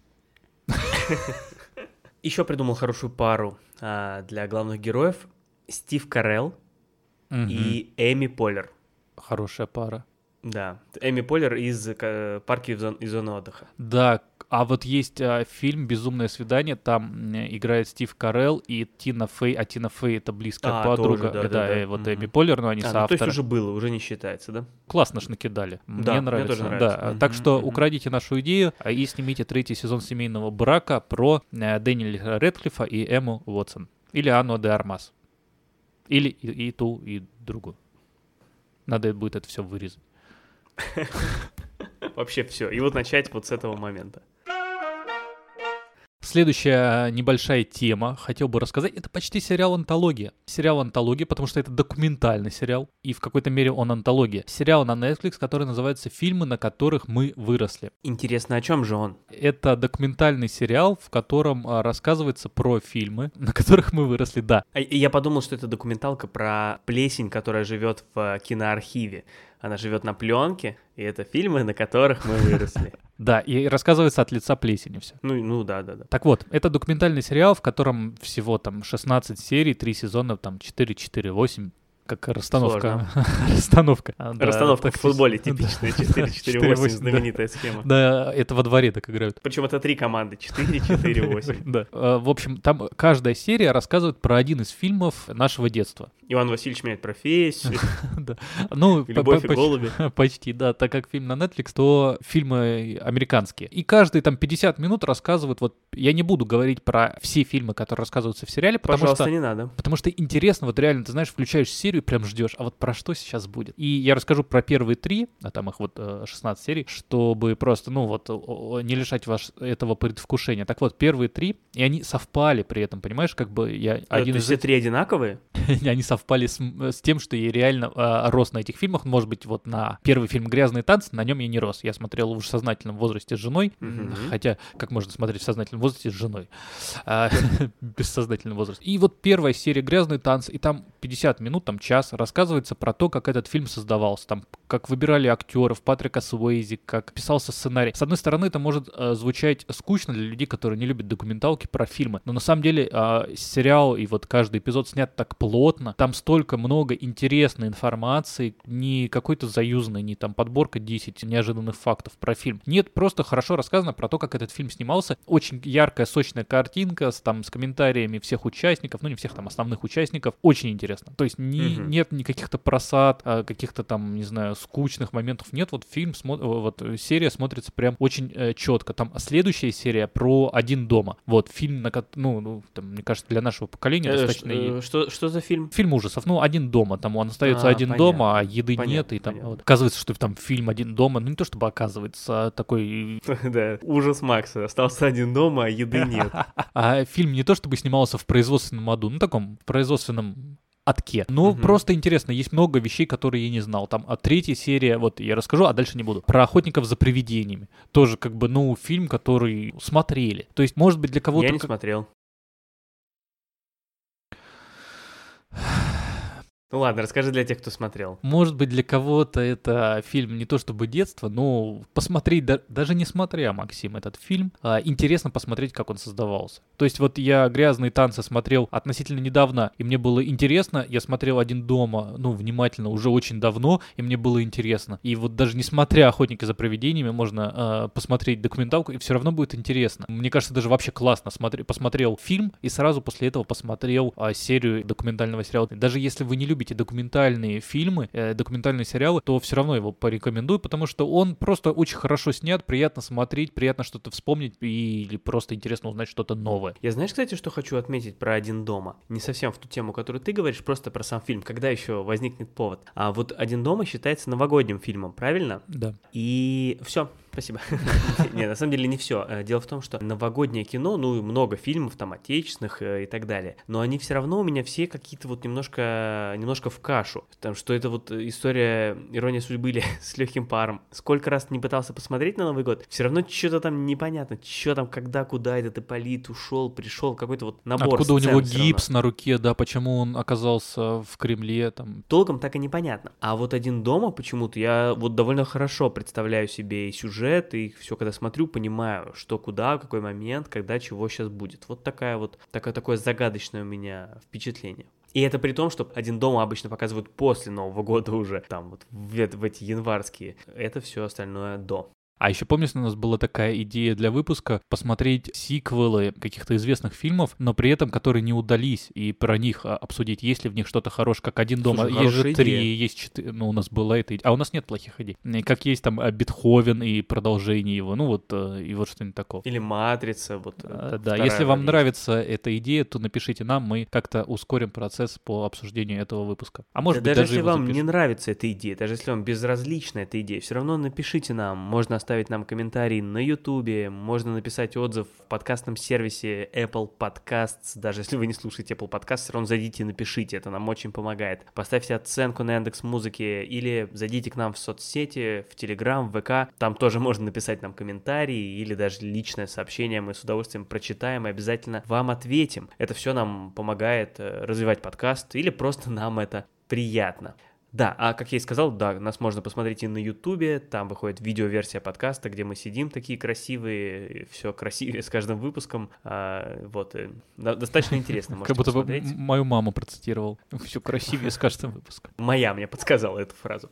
S2: Еще придумал хорошую пару а, для главных героев. Стив Карелл и Эми Поллер.
S1: Хорошая пара.
S2: Да, Эми Поллер из э, «Парки и зон, зоны отдыха».
S1: Да, а вот есть а, фильм «Безумное свидание», там э, играет Стив Карелл и Тина Фей, а Тина Фей — это близкая а, подруга, тоже, да, да, да, да. Вот mm-hmm. Эми Поллер, но они а, соавторы.
S2: Ну, то есть уже было, уже не считается, да?
S1: Классно ж накидали,
S2: да,
S1: мне нравится.
S2: Мне тоже нравится.
S1: Да. Mm-hmm. Так что mm-hmm. украдите нашу идею и снимите третий сезон «Семейного брака» про э, Дэниеля Рэдклиффа и Эмму Уотсон. Или Анну де Армас. Или и, и ту, и другую. Надо будет это все вырезать.
S2: Вообще все. И вот начать вот с этого момента.
S1: Следующая небольшая тема, хотел бы рассказать, это почти сериал-антология. Сериал-антология, потому что это документальный сериал, и в какой-то мере он антология. Сериал на Netflix, который называется «Фильмы, на которых мы выросли».
S2: Интересно, о чем же он?
S1: Это документальный сериал, в котором а, рассказывается про фильмы, на которых мы выросли, да.
S2: А, я подумал, что это документалка про плесень, которая живет в киноархиве. Она живет на пленке, и это фильмы, на которых мы выросли.
S1: Да, и рассказывается от лица плесени все.
S2: Ну, ну да, да, да.
S1: Так вот, это документальный сериал, в котором всего там шестнадцать серий, три сезона, там четыре, четыре, восемь. Как расстановка. Расстановка.
S2: Да, расстановка в футболе типичная. четыре четыре восемь, знаменитая
S1: да.
S2: схема.
S1: Да, это во дворе так играют.
S2: Причем это три команды. четыре четыре восемь.
S1: Да. В общем, там каждая серия рассказывает про один из фильмов нашего детства.
S2: Иван Васильевич меняет профессию.
S1: Да. Ну,
S2: Любовь и голуби.
S1: Почти, да. Так как фильм на Netflix, то фильмы американские. И каждые там пятьдесят минут рассказывают, вот я не буду говорить про все фильмы, которые рассказываются в сериале, потому
S2: Пожалуйста,
S1: что...
S2: не надо.
S1: Потому что интересно, вот реально, ты знаешь, включаешь серию и прям ждешь, а вот про что сейчас будет. И я расскажу про первые три, а там их вот шестнадцать серий, чтобы просто, ну вот, не лишать вас этого предвкушения. Так вот, первые три, и они совпали при этом, понимаешь, как бы я...
S2: А, один то есть все три одинаковые?
S1: Они совпали с, с тем, что я реально э, рос на этих фильмах. Может быть, вот на первый фильм «Грязные танцы» на нем я не рос. Я смотрел уже в сознательном возрасте с женой. Mm-hmm. Хотя, как можно смотреть в сознательном возрасте с женой? А, бессознательный возраст. И вот первая серия «Грязные танцы», и там пятьдесят минут, там час, рассказывается про то, как этот фильм создавался. Там, как выбирали актеров, Патрика Суэйзи, как писался сценарий. С одной стороны, это может э, звучать скучно для людей, которые не любят документалки про фильмы. Но на самом деле э, сериал и вот каждый эпизод снят так плотно. Там столько много интересной информации, не какой-то заюзанной, не там подборка десять неожиданных фактов про фильм. Нет, просто хорошо рассказано про то, как этот фильм снимался. Очень яркая, сочная картинка с, там, с комментариями всех участников, ну не всех там основных участников. Очень интересно. То есть не, mm-hmm. нет никаких-то просад, каких-то там, не знаю, скучных моментов. Нет, вот фильм, смо- вот серия смотрится прям очень э, четко. Там следующая серия про «Один дома». Вот фильм, на, ну, ну там, мне кажется, для нашего поколения
S2: э,
S1: достаточно...
S2: Э, что, что за фильм?
S1: Фильм ужасов. Ну, «Один дома». Там он остается а, один понятно. дома, а еды понятно, нет. И там вот, оказывается, что там фильм «Один дома». Ну, не то чтобы оказывается, а такой...
S2: Да, ужас Макса. Остался один дома, а еды нет.
S1: А фильм не то чтобы снимался в производственном аду, ну, таком производственном адке. Ну,
S2: Мгм.
S1: просто интересно, есть много вещей, которые я не знал. Там, а третья серия, вот я расскажу, а дальше не буду. Про охотников за привидениями. Тоже как бы, ну, фильм, который смотрели. То есть, может быть, для кого-то...
S2: Я не
S1: как-
S2: смотрел. Ну ладно, расскажи для тех, кто смотрел.
S1: Может быть, для кого-то это фильм не то чтобы детство, но посмотреть, да- даже не смотря, Максим, этот фильм, а, интересно посмотреть, как он создавался. То есть вот я «Грязные танцы» смотрел относительно недавно, и мне было интересно. Я смотрел «Один дома», ну, внимательно, уже очень давно, и мне было интересно. И вот даже несмотря «Охотники за привидениями», можно а, посмотреть документалку, и все равно будет интересно. Мне кажется, даже вообще классно. Смотри, посмотрел фильм, и сразу после этого посмотрел а, серию документального сериала. Даже если вы не любите документальные фильмы, э, документальные сериалы, то все равно его порекомендую, потому что он просто очень хорошо снят, приятно смотреть, приятно что-то вспомнить и, или просто интересно узнать что-то новое.
S2: Я знаешь, кстати, что хочу отметить про «Один дома»? Не совсем в ту тему, которую ты говоришь, просто про сам фильм. Когда еще возникнет повод? А вот «Один дома» считается новогодним фильмом, правильно?
S1: Да.
S2: И все, спасибо. Не, на самом деле не все. Дело в том, что новогоднее кино, ну, много фильмов там отечественных э, и так далее, но они все равно у меня все какие-то вот немножко, немножко в кашу. Потому что это вот история «Ирония судьбы» или «С легким паром». Сколько раз не пытался посмотреть на Новый год, все равно что-то там непонятно, что там, когда, куда этот Ипполит ушел, пришел, какой-то вот набор
S1: Откуда у
S2: сцен
S1: него
S2: всё равно.
S1: гипс на руке, да, почему он оказался в Кремле, там.
S2: Толком так и непонятно. А вот «Один дома» почему-то я вот довольно хорошо представляю себе и сюжет, и все, когда смотрю, понимаю, что куда, в какой момент, когда, чего сейчас будет. Вот такая вот, такое, такое загадочное у меня впечатление. И это при том, что «Один дома» обычно показывают после Нового года уже, там вот в, в эти январские. Это все остальное до.
S1: А еще помнишь, у нас была такая идея для выпуска посмотреть сиквелы каких-то известных фильмов, но при этом которые не удались, и про них а, обсудить, есть ли в них что-то хорошее, как «Один дома».
S2: Слушай,
S1: Есть же
S2: хорошая
S1: три,
S2: идея.
S1: есть четыре, ну у нас была эта идея, а у нас нет плохих идей. И как есть там а, Бетховен и продолжение его, ну вот, а, и вот что-нибудь такого.
S2: Или «Матрица», вот.
S1: А, да,
S2: вторая
S1: если вам
S2: вроде
S1: нравится эта идея, то напишите нам, мы как-то ускорим процесс по обсуждению этого выпуска. А может
S2: Да
S1: быть,
S2: даже
S1: даже
S2: если
S1: его
S2: вам
S1: запишем.
S2: не нравится эта идея, даже если вам безразлична эта идея, все равно напишите нам. Можно оставить нам комментарий на Ютубе, можно написать отзыв в подкастном сервисе Apple Podcasts. Даже если вы не слушаете Apple Podcasts, все равно зайдите и напишите, это нам очень помогает. Поставьте оценку на Яндекс.Музыке или зайдите к нам в соцсети, в Telegram, в ВК. Там тоже можно написать нам комментарий или даже личное сообщение. Мы с удовольствием прочитаем и обязательно вам ответим. Это все нам помогает э, развивать подкаст или просто нам это приятно. Да, а как я и сказал, да, нас можно посмотреть и на Ютубе, там выходит видеоверсия подкаста, где мы сидим такие красивые, все красивее с каждым выпуском, а, вот, и, да, достаточно интересно, можете
S1: Как будто бы
S2: посмотреть.
S1: м- мою маму процитировал. Все красивее с каждым выпуском.
S2: Моя мне подсказала эту фразу.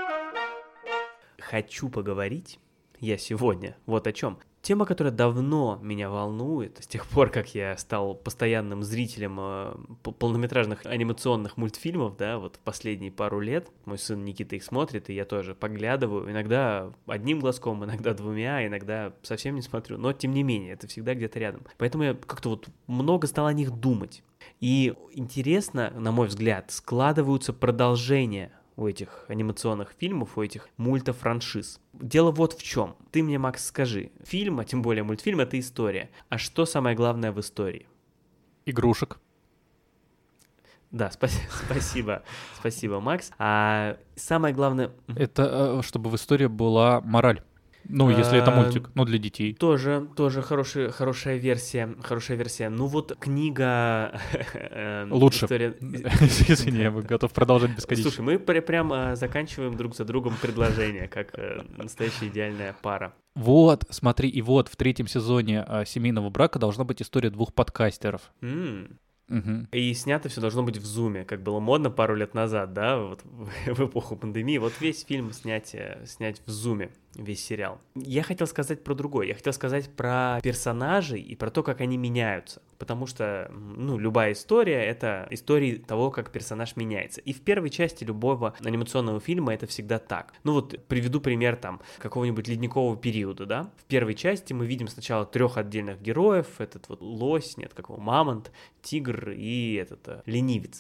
S2: Хочу поговорить я сегодня вот о чем. Тема, которая давно меня волнует, с тех пор, как я стал постоянным зрителем э, полнометражных анимационных мультфильмов, да, вот в последние пару лет. Мой сын Никита их смотрит, и я тоже поглядываю. Иногда одним глазком, иногда двумя, иногда совсем не смотрю. Но, тем не менее, это всегда где-то рядом. Поэтому я как-то вот много стал о них думать. И интересно, на мой взгляд, складываются продолжения у этих анимационных фильмов, у этих мультофраншиз. Дело вот в чем. Ты мне, Макс, скажи. Фильм, а тем более мультфильм — это история. А что самое главное в истории?
S1: Игрушек.
S2: Да, спа- спасибо. Спасибо, Макс. А самое главное...
S1: Это э, чтобы в истории была мораль. Ну, если это
S2: А,
S1: мультик, ну, для детей.
S2: Тоже, тоже хорошая, хорошая версия, хорошая версия. Ну вот книга... э,
S1: Лучше.
S2: история-
S1: Извини, я готов продолжать бесконечно.
S2: Слушай, мы пр- прям э, заканчиваем друг за другом предложения, как э, настоящая идеальная пара.
S1: Вот, смотри, и вот в третьем сезоне а, «Семейного брака» должна быть история двух подкастеров.
S2: М.
S1: Мгм.
S2: И снято все должно быть в зуме, как было модно пару лет назад, да, вот в, в эпоху пандемии. Вот весь фильм снять, э, снять в зуме, весь сериал. Я хотел сказать про другое. Я хотел сказать про персонажей и про то, как они меняются. Потому что, ну, любая история — это история того, как персонаж меняется. И в первой части любого анимационного фильма это всегда так. Ну вот приведу пример там какого-нибудь ледникового периода, да. В первой части мы видим сначала трех отдельных героев. Этот вот лось, нет, какого, мамонт, тигр и этот э, ленивец.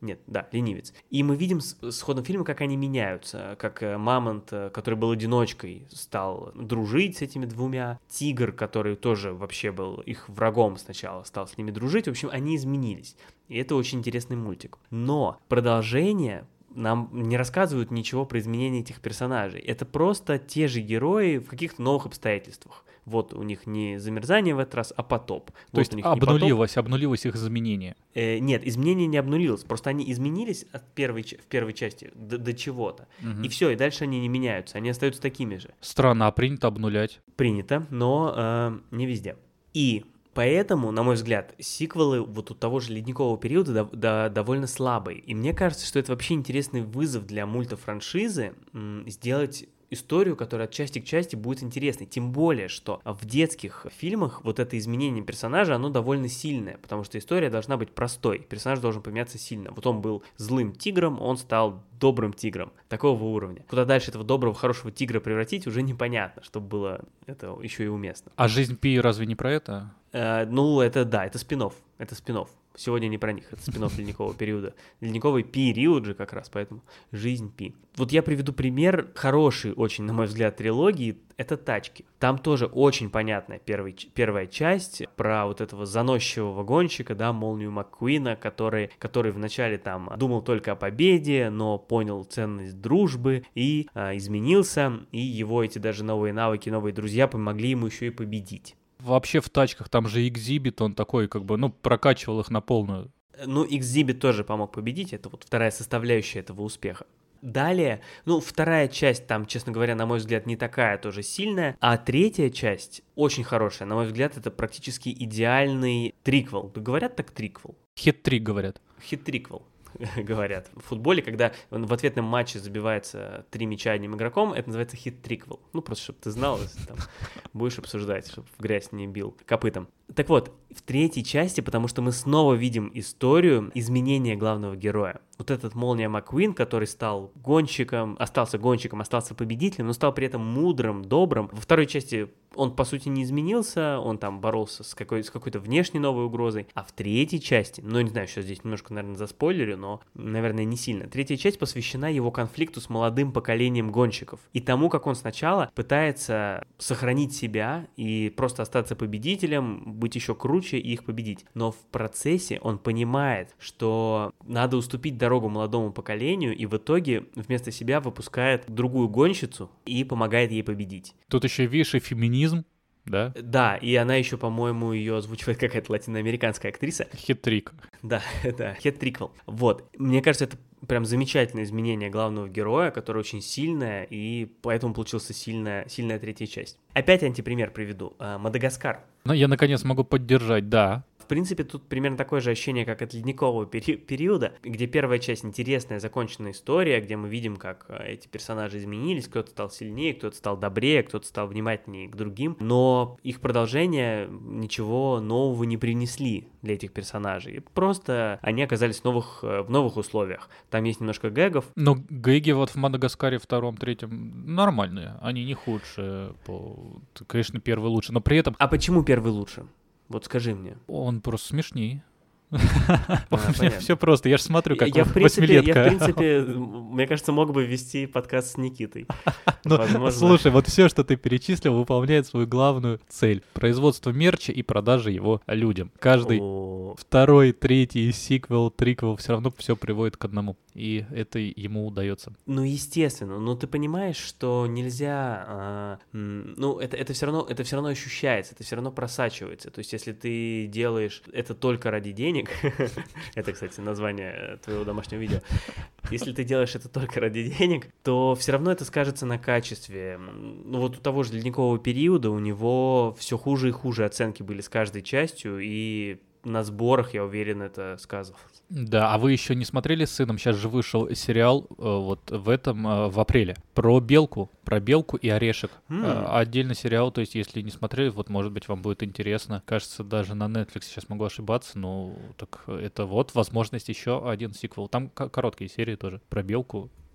S2: Нет, да, ленивец. И мы видим с, с ходом фильма, как они меняются, как э, Мамонт, э, который был одиночкой, стал дружить с этими двумя, Тигр, который тоже вообще был их врагом сначала, стал с ними дружить, в общем, они изменились. И это очень интересный мультик. Но продолжение нам не рассказывают ничего про изменения этих персонажей. Это просто те же герои в каких-то новых обстоятельствах. Вот у них не замерзание в этот раз, а потоп.
S1: То
S2: вот
S1: есть обнулилось, обнулилось их изменение?
S2: Э, нет, изменение не обнулилось. Просто они изменились от первой, в первой части до, до чего-то.
S1: Угу.
S2: И все, и дальше они не меняются. Они остаются такими же.
S1: Странно, а принято обнулять?
S2: Принято, но э, не везде. И поэтому, на мой взгляд, сиквелы вот у того же «Ледникового периода» до, до, довольно слабые. И мне кажется, что это вообще интересный вызов для мультфраншизы м, сделать историю, которая от части к части будет интересной. Тем более, что в детских фильмах вот это изменение персонажа, оно довольно сильное, потому что история должна быть простой. Персонаж должен поменяться сильно. Вот он был злым тигром, он стал добрым тигром. Такого уровня. Куда дальше этого доброго, хорошего тигра превратить, уже непонятно, чтобы было это еще и уместно.
S1: А «Жизнь Пи» разве не про это?
S2: Э, ну, это да, это спин-офф. Это спин-офф. Сегодня не про них, это спин-офф ледникового периода. Ледниковый период же как раз, поэтому «Жизнь Пи». Вот я приведу пример хороший очень, на мой взгляд, трилогии, это «Тачки». Там тоже очень понятная первый, первая часть про вот этого заносчивого гонщика, да, Молнию МакКуина, который, который вначале там думал только о победе, но понял ценность дружбы и а, изменился, и его эти даже новые навыки, новые друзья помогли ему еще и победить.
S1: Вообще в «Тачках» там же Экзибит, он такой, как бы, ну, прокачивал их на полную.
S2: Ну, Экзибит тоже помог победить, это вот вторая составляющая этого успеха. Далее, ну, вторая часть там, честно говоря, на мой взгляд, не такая тоже сильная, а третья часть очень хорошая, на мой взгляд, это практически идеальный триквел. Говорят так триквел?
S1: Хит-трик, говорят.
S2: Хит-триквел. Говорят. В футболе, когда в ответном матче забивается три мяча одним игроком, это называется хит-триквел. Ну, просто, чтобы ты знал, если там будешь обсуждать, чтобы в грязь не бил копытом. Так вот, в третьей части, потому что мы снова видим историю изменения главного героя. Вот этот Молния МакКуин, который стал гонщиком, остался гонщиком, остался победителем, но стал при этом мудрым, добрым. Во второй части он, по сути, не изменился, он там боролся с, какой- с какой-то внешней новой угрозой. А в третьей части, ну, не знаю, сейчас здесь немножко, наверное, заспойлерю, но, наверное, не сильно. Третья часть посвящена его конфликту с молодым поколением гонщиков и тому, как он сначала пытается сохранить себя и просто остаться победителем, быть еще круче и их победить. Но в процессе он понимает, что надо уступить дорогу молодому поколению, и в итоге вместо себя выпускает другую гонщицу и помогает ей победить.
S1: Тут еще, видишь, и феминизм, да?
S2: Да, и она еще, по-моему, ее озвучивает какая-то латиноамериканская актриса.
S1: Хит-трик.
S2: Да, да, хет-триквел. Вот, мне кажется, это прям замечательное изменение главного героя, которое очень сильное, и поэтому получился сильная, сильная третья часть. Опять антипример приведу. Мадагаскар.
S1: Ну, я, наконец, могу поддержать, да.
S2: В принципе, тут примерно такое же ощущение, как от ледникового пери- периода, где первая часть интересная, законченная история, где мы видим, как эти персонажи изменились, кто-то стал сильнее, кто-то стал добрее, кто-то стал внимательнее к другим, но их продолжение ничего нового не принесли для этих персонажей. Просто они оказались в новых, в новых условиях. Там есть немножко гэгов.
S1: Но гэги вот в «Мадагаскаре» втором, третьем нормальные, они не худшие. По... Конечно, первый лучше, но при этом...
S2: А почему первый лучше? Вот скажи мне.
S1: Он просто смешнее.
S2: А,
S1: Все просто, я же смотрю, как
S2: я, в принципе, я, в
S1: восьмилетка.
S2: принципе, мне кажется, мог бы вести подкаст с Никитой.
S1: Ну,
S2: Возможно.
S1: слушай, вот все, что ты перечислил, выполняет свою главную цель. Производство мерча и продажа его людям. Каждый
S2: О,
S1: второй, третий сиквел, триквел, все равно все приводит к одному. И это ему удается.
S2: Ну, естественно, но ты понимаешь, что нельзя, а, м, ну, это, это все равно, это все равно ощущается, это все равно просачивается. То есть, если ты делаешь это только ради денег, это, кстати, название твоего домашнего видео, если ты делаешь это только ради денег, то все равно это скажется на качестве. Ну, вот у того же ледникового периода у него все хуже и хуже оценки были с каждой частью, и на сборах, я уверен, это сказывалось.
S1: Да, а вы еще не смотрели с сыном? Сейчас же вышел сериал э, вот в этом, э, в апреле, про белку, про белку и орешек.
S2: Mm.
S1: Э, отдельный сериал, то есть если не смотрели, вот может быть вам будет интересно. Кажется, даже на Netflix, сейчас могу ошибаться, но так это вот возможность еще один сиквел. Там к- короткие серии тоже про белку,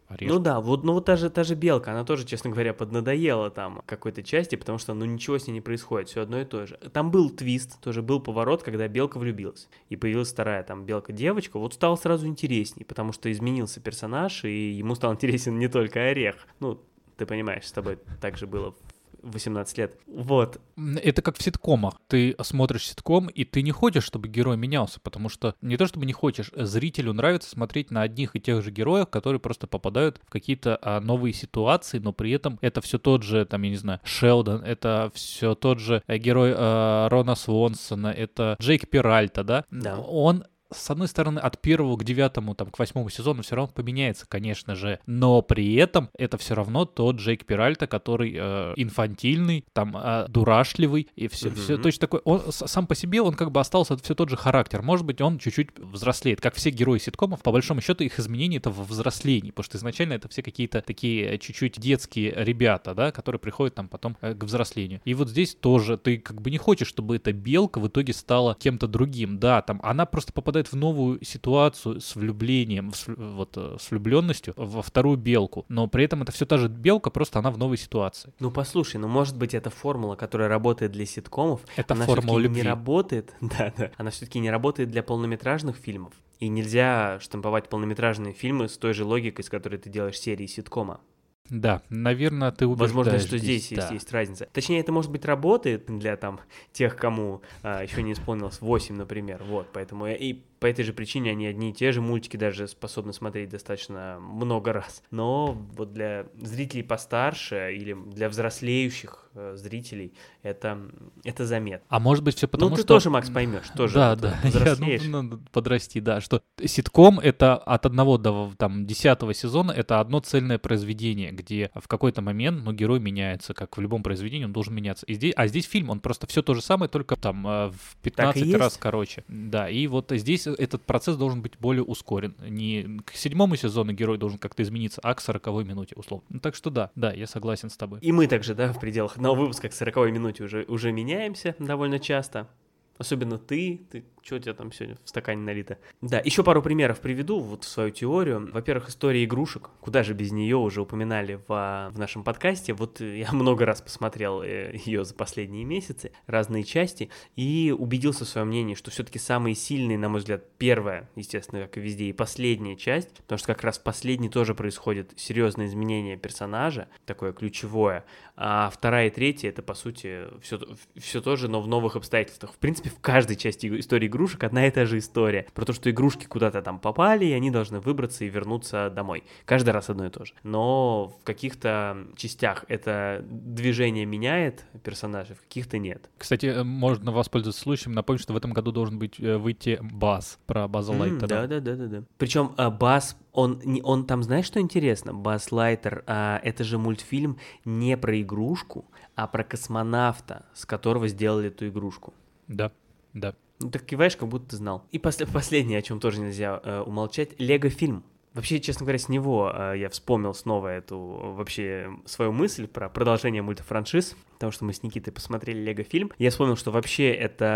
S1: орешки.
S2: Ну да, вот, ну вот та же, та же Белка, она тоже, честно говоря, поднадоела там какой-то части, потому что, ну, ничего с ней не происходит, все одно и то же. Там был твист, тоже был поворот, когда Белка влюбилась, и появилась вторая там Белка-девочка, вот стало сразу интересней, потому что изменился персонаж, и ему стал интересен не только Орех. Ну, ты понимаешь, с тобой так же было в восемнадцать лет. Вот.
S1: Это как в ситкомах. Ты смотришь ситком, и ты не хочешь, чтобы герой менялся, потому что не то чтобы не хочешь, зрителю нравится смотреть на одних и тех же героев, которые просто попадают в какие-то а, новые ситуации, но при этом это все тот же, там, я не знаю, Шелдон, это все тот же э, герой э, Рона Свонсона, это Джейк Перальта, да?
S2: Да.
S1: Он с одной стороны, от первого к девятому, там, к восьмому сезону все равно поменяется, конечно же, но при этом это все равно тот Джейк Перальта, который э, инфантильный, там, э, дурашливый, и все, mm-hmm. все точно такой. Он сам по себе, он как бы остался все тот же характер. Может быть, он чуть-чуть взрослеет. Как все герои ситкомов, по большому счету, их изменения это во взрослении, потому что изначально это все какие-то такие чуть-чуть детские ребята, да, которые приходят там потом э, к взрослению. И вот здесь тоже ты как бы не хочешь, чтобы эта Белка в итоге стала кем-то другим. Да, там она просто попадает в новую ситуацию с влюблением, с, вот, с влюбленностью во вторую Белку, но при этом это все та же Белка, просто она в новой ситуации.
S2: Ну послушай, ну может быть это формула, которая работает для ситкомов,
S1: это
S2: она
S1: формула
S2: все-таки
S1: любви.
S2: не работает, да, да, она все-таки не работает для полнометражных фильмов, и нельзя штамповать полнометражные фильмы с той же логикой, с которой ты делаешь серии ситкома.
S1: Да, наверное, ты убеждаешь.
S2: Возможно, что здесь,
S1: здесь
S2: есть,
S1: да.
S2: есть разница. Точнее, это, может быть, работает для там тех, кому а, еще не исполнилось восемь, например. Вот, поэтому и по этой же причине они одни и те же мультики даже способны смотреть достаточно много раз. Но вот для зрителей постарше или для взрослеющих э, зрителей это, это заметно.
S1: А может быть все потому,
S2: ну, ты
S1: что...
S2: тоже, Макс, поймешь. Тоже
S1: да,
S2: вот,
S1: да,
S2: взрослеешь.
S1: Я, ну, надо подрасти, да, что ситком — это от одного до там десятого сезона, это одно цельное произведение, где в какой-то момент, ну, герой меняется, как в любом произведении, он должен меняться. И здесь, а здесь фильм, он просто все то же самое, только там в пятнадцать раз короче. Да, и вот здесь этот процесс должен быть более ускорен. Не к седьмому сезону герой должен как-то измениться, а к сороковой минуте, условно. Ну, так что да, да, я согласен с тобой.
S2: И мы также, да, в пределах одного выпуска к сороковой минуте уже, уже меняемся довольно часто. Особенно ты, ты, что у тебя там сегодня в стакане налито? Да, еще пару примеров приведу вот в свою теорию. Во-первых, история игрушек. Куда же без нее, уже упоминали в, в нашем подкасте. Вот я много раз посмотрел ее за последние месяцы, разные части, и убедился в своем мнении, что все-таки самые сильные, на мой взгляд, первая, естественно, как и везде, и последняя часть, потому что как раз в последней тоже происходит серьезное изменение персонажа, такое ключевое, а вторая и третья — это, по сути, все, все то же, но в новых обстоятельствах. В принципе, в каждой части истории игрушек одна и та же история. Про то, что игрушки куда-то там попали, и они должны выбраться и вернуться домой. Каждый раз одно и то же. Но в каких-то частях это движение меняет персонажей, в каких-то нет.
S1: Кстати, можно воспользоваться случаем, напомнить, что в этом году должен быть выйти Базз, про База Лайтера.
S2: Да-да-да-да. Причем Базз, он, он там, знаешь, что интересно? Базз Лайтер, а, это же мультфильм не про игрушку, а про космонавта, с которого сделали эту игрушку.
S1: Да, да.
S2: Ну, так киваешь, как будто ты знал. И после, последнее, о чем тоже нельзя э, умолчать, Лего-фильм. Вообще, честно говоря, с него э, я вспомнил снова эту, вообще, свою мысль про продолжение мультифраншиз, потому что мы с Никитой посмотрели Лего-фильм. Я вспомнил, что вообще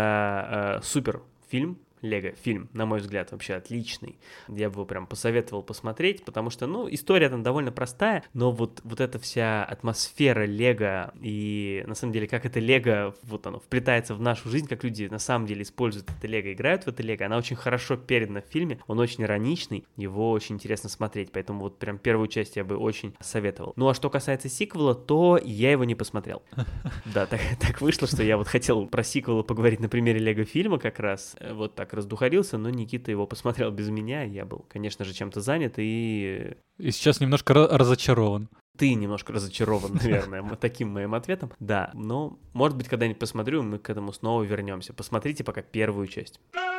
S2: это э, супер фильм, Лего-фильм, на мой взгляд, вообще отличный. Я бы его прям посоветовал посмотреть, потому что, ну, история там довольно простая, но вот, вот эта вся атмосфера Лего и, на самом деле, как это Лего, вот оно вплетается в нашу жизнь, как люди на самом деле используют это Лего, играют в это Лего, она очень хорошо передана в фильме, он очень ироничный, его очень интересно смотреть, поэтому вот прям первую часть я бы очень советовал. Ну, а что касается сиквела, то я его не посмотрел. Да, так, так вышло, что я вот хотел про сиквелы поговорить на примере Лего-фильма как раз, вот так раздухарился, но Никита его посмотрел без меня, я был, конечно же, чем-то занят, и...
S1: И сейчас немножко разочарован.
S2: Ты немножко разочарован, наверное, таким моим ответом. Да, но, может быть, когда-нибудь посмотрю, мы к этому снова вернемся. Посмотрите пока первую часть.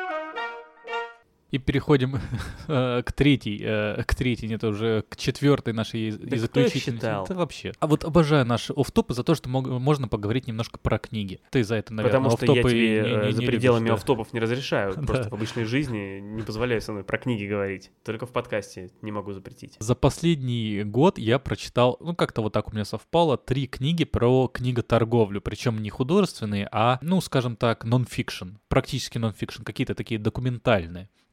S1: И переходим э, к третьей, э, к третьей, нет, уже к четвертой нашей
S2: да
S1: и заключительной. Это вообще. А вот обожаю наши офф-топы за то, что мог, можно поговорить немножко про книги. Ты за это, наверное,
S2: потому что я тебе
S1: не, не,
S2: за
S1: не
S2: пределами
S1: любишь, да.
S2: офф-топов не разрешаю. Просто
S1: да.
S2: в обычной жизни не позволяю со мной про книги говорить. Только в подкасте не могу запретить.
S1: За последний год я прочитал, ну как-то вот так у меня совпало, три книги про книготорговлю. Причем не художественные, а, ну скажем так, нон-фикшн. Практически нон-фикшн. Какие-то такие документальные.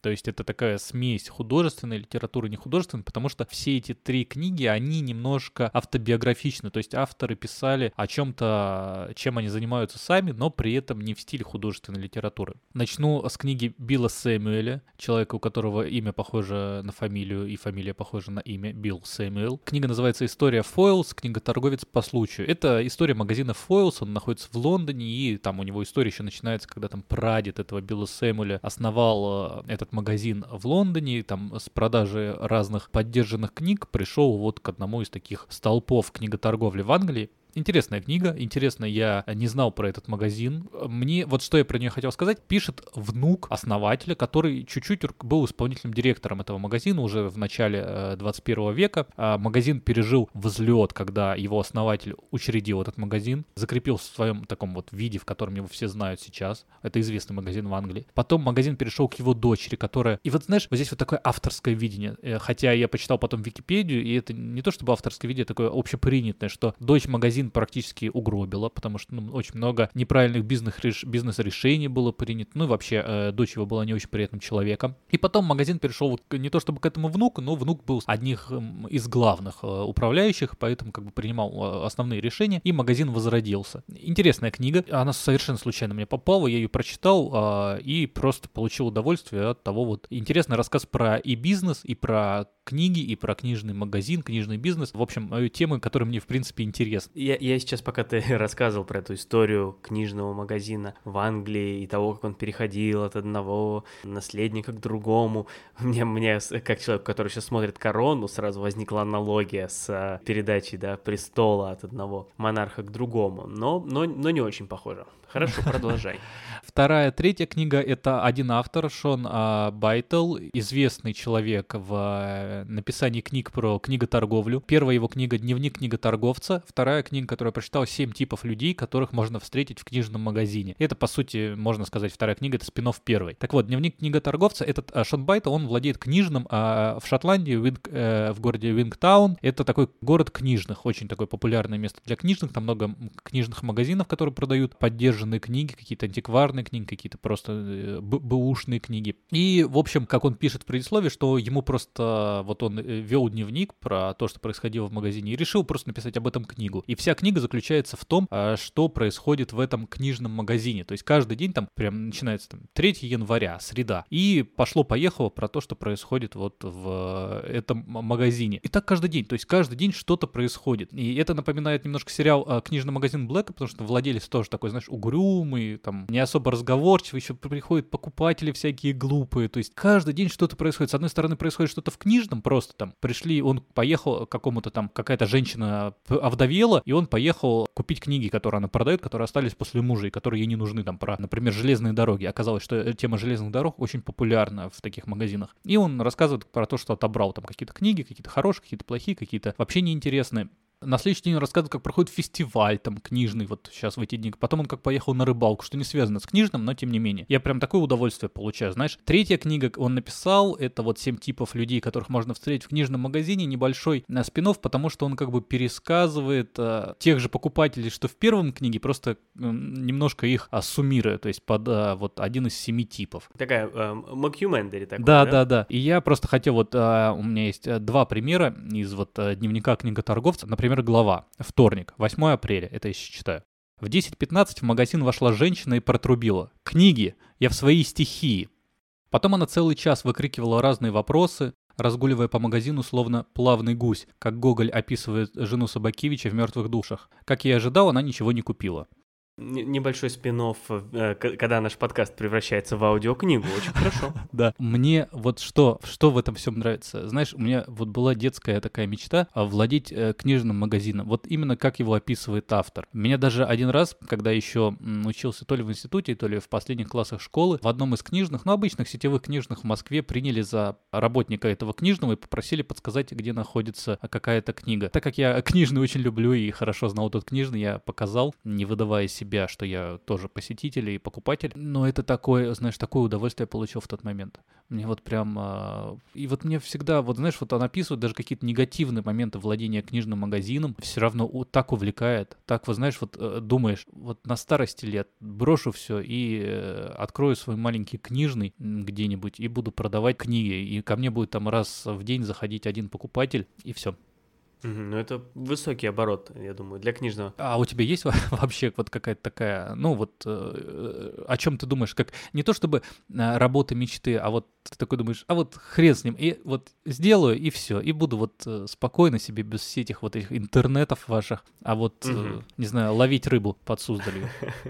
S1: То есть это такая смесь художественной литературы и нехудожественной, потому что все эти три книги, они немножко автобиографичны. То есть авторы писали о чем-то, чем они занимаются сами, но при этом не в стиле художественной литературы. Начну с книги Билла Сэмюэля, человека, у которого имя похоже на фамилию и фамилия похожа на имя, Билл Сэмюэл. Книга называется «История Фойлс», книга «Торговец по случаю». Это история магазина Фойлс, он находится в Лондоне, и там у него история еще начинается, когда там прадед этого Билла Сэмюэля основал этот магазин в Лондоне, там с продажи разных поддержанных книг пришел вот к одному из таких столпов книготорговли в Англии. Интересная книга, интересно, я не знал про этот магазин. Мне, вот что я про нее хотел сказать, пишет внук основателя, который чуть-чуть был исполнительным директором этого магазина уже в начале двадцать первого века. Магазин пережил взлет, когда его основатель учредил этот магазин, закрепил в своем таком вот виде, в котором его все знают сейчас. Это известный магазин в Англии. Потом магазин перешел к его дочери, которая... И вот знаешь, вот здесь вот такое авторское видение. Хотя я почитал потом Википедию, и это не то чтобы авторское видение, такое общепринятое, что дочь магазина практически угробила, потому что ну, очень много неправильных бизнес-реш... бизнес-решений было принято, ну и вообще э, дочь его была не очень приятным человеком. И потом магазин перешел вот не то чтобы к этому внуку, но внук был одних э, из главных э, управляющих, поэтому как бы принимал э, основные решения, и магазин возродился. Интересная книга, она совершенно случайно мне попала, я ее прочитал э, и просто получил удовольствие от того вот. Интересный рассказ про и бизнес, и про книги, и про книжный магазин, книжный бизнес. В общем, темы, которые мне в принципе интересны.
S2: Я, я сейчас, пока ты рассказывал про эту историю книжного магазина в Англии и того, как он переходил от одного наследника к другому, мне, мне как человек, который сейчас смотрит «Корону», сразу возникла аналогия с передачей, да, «Престола» от одного монарха к другому, но, но, но не очень похоже. Хорошо, продолжай.
S1: Вторая, третья книга — это один автор, Шон а, Байтл, известный человек в а, написании книг про книготорговлю. Первая его книга — «Дневник книготорговца». Вторая книга, которую я прочитал, «Семь типов людей, которых можно встретить в книжном магазине». Это, по сути, можно сказать, вторая книга — это спин-офф первой. Так вот, «Дневник книготорговца», этот а, Шон Байтл, он владеет книжным а, в Шотландии, в, Винг, э, в городе Вингтаун. Это такой город книжных, очень такое популярное место для книжных. Там много книжных магазинов, которые продают поддержанные книги, какие-то антикварные книги, какие-то просто бэушные книги. И, в общем, как он пишет в предисловии, что ему просто, вот он вел дневник про то, что происходило в магазине, и решил просто написать об этом книгу. И вся книга заключается в том, что происходит в этом книжном магазине. То есть каждый день там прям начинается там третьего января, среда, и пошло-поехало про то, что происходит вот в этом магазине. И так каждый день, то есть каждый день что-то происходит. И это напоминает немножко сериал «Книжный магазин Блэка», потому что владелец тоже такой, знаешь, угрюмый, там не особо разговорчивый, еще приходят покупатели всякие глупые, то есть каждый день что-то происходит. С одной стороны происходит что-то в книжном, просто там пришли, он поехал к какому-то там, какая-то женщина овдовела, и он поехал купить книги, которые она продает, которые остались после мужа, и которые ей не нужны, там, про, например, железные дороги. Оказалось, что тема железных дорог очень популярна в таких магазинах. И он рассказывает про то, что отобрал там какие-то книги, какие-то хорошие, какие-то плохие, какие-то вообще неинтересные. На следующий день он рассказывает, как проходит фестиваль там книжный, вот сейчас в эти дни. Потом он как поехал на рыбалку, что не связано с книжным, но тем не менее. Я прям такое удовольствие получаю, знаешь. Третья книга он написал, это вот «Семь типов людей, которых можно встретить в книжном магазине», небольшой спин-офф, потому что он как бы пересказывает а, тех же покупателей, что в первом книге, просто а, немножко их а, суммируя, то есть под а, вот один из семи типов.
S2: Такая э, мокюментари такой,
S1: да?
S2: Да,
S1: да, да. И я просто хотел вот, а, у меня есть два примера из вот а, дневника книготорговца, например, глава. Вторник, восьмое апреля, это я еще читаю. В десять пятнадцать в магазин вошла женщина и протрубила: «Книги! Я в своей стихии!» Потом она целый час выкрикивала разные вопросы, разгуливая по магазину словно плавный гусь, как Гоголь описывает жену Собакевича в «Мертвых душах». Как я и ожидал, она ничего не купила.
S2: Небольшой спин-офф, когда наш подкаст превращается в аудиокнигу. Очень хорошо.
S1: Да. Мне вот что, что в этом всем нравится. Знаешь, у меня вот была детская такая мечта владеть книжным магазином. Вот именно как его описывает автор. Меня даже один раз, когда еще учился то ли в институте, то ли в последних классах школы, в одном из книжных, ну, обычных сетевых книжных в Москве приняли за работника этого книжного и попросили подсказать, где находится какая-то книга. Так как я книжный очень люблю и хорошо знал тот книжный, я показал, не выдавая себя, себя, что я тоже посетитель и покупатель, но это такое, знаешь, такое удовольствие я получил в тот момент. Мне вот прям... Э, и вот мне всегда, вот знаешь, вот он описывает даже какие-то негативные моменты владения книжным магазином, все равно у, так увлекает, так, вот знаешь, вот э, думаешь, вот на старости лет брошу все и э, открою свой маленький книжный где-нибудь и буду продавать книги, и ко мне будет там раз в день заходить один покупатель, и все.
S2: Ну, это высокий оборот, я думаю, для книжного.
S1: А у тебя есть вообще вот какая-то такая, ну вот, э, о чем ты думаешь, как не то чтобы э, работа мечты, а вот ты такой думаешь, а вот хрен с ним, и вот сделаю, и все, и буду вот э, спокойно себе без всех этих вот этих интернетов ваших, а вот,
S2: Угу.
S1: э, не знаю, ловить рыбу под Суздалью.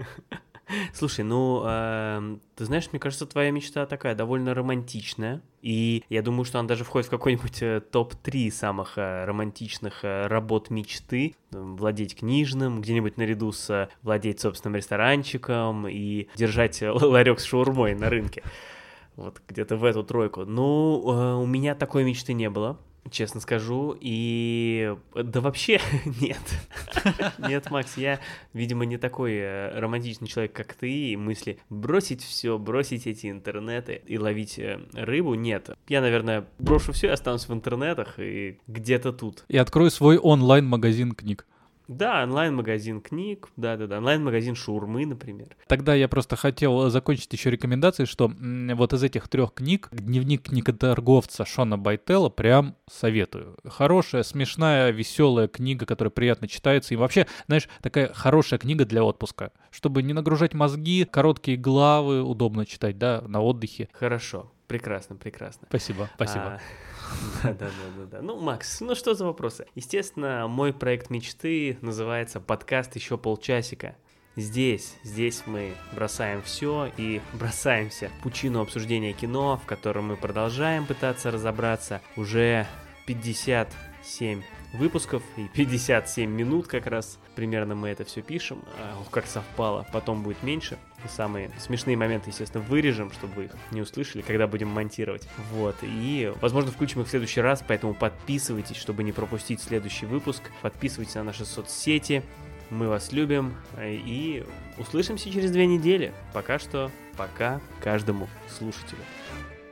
S2: Слушай, ну, э, ты знаешь, мне кажется, твоя мечта такая довольно романтичная, и я думаю, что она даже входит в какой-нибудь э, топ три самых э, романтичных э, работ мечты. Владеть книжным, где-нибудь наряду с э, владеть собственным ресторанчиком и держать э, ларек с шаурмой на рынке. Вот где-то в эту тройку. Ну, э, у меня такой мечты не было. Честно скажу, и да вообще нет. Нет, Макс, я, видимо, не такой романтичный человек, как ты, и мысли бросить все, бросить эти интернеты и ловить рыбу, нет. Я, наверное, брошу все и останусь в интернетах и где-то тут.
S1: И открою свой онлайн-магазин книг.
S2: Да, онлайн-магазин книг, да-да-да, онлайн-магазин шаурмы, например.
S1: Тогда я просто хотел закончить еще рекомендацией, что м, вот из этих трех книг «Дневник книготорговца» Шона Байтелла прям советую. Хорошая, смешная, веселая книга, которая приятно читается. И вообще, знаешь, такая хорошая книга для отпуска. Чтобы не нагружать мозги, короткие главы, удобно читать, да, на отдыхе.
S2: Хорошо, прекрасно, прекрасно.
S1: Спасибо, спасибо.
S2: Да-да-да-да. Ну, Макс, ну что за вопросы? Естественно, мой проект мечты называется «Подкаст еще полчасика». Здесь, здесь мы бросаем все и бросаемся в пучину обсуждения кино, в котором мы продолжаем пытаться разобраться уже пятьдесят семь выпусков и пятьдесят семь минут как раз примерно мы это все пишем. А, как совпало, потом будет меньше. Самые смешные моменты, естественно, вырежем, чтобы вы их не услышали, когда будем монтировать. Вот, и, возможно, включим их в следующий раз, поэтому подписывайтесь, чтобы не пропустить следующий выпуск. Подписывайтесь на наши соцсети. Мы вас любим и услышимся через две недели. Пока что, пока каждому слушателю.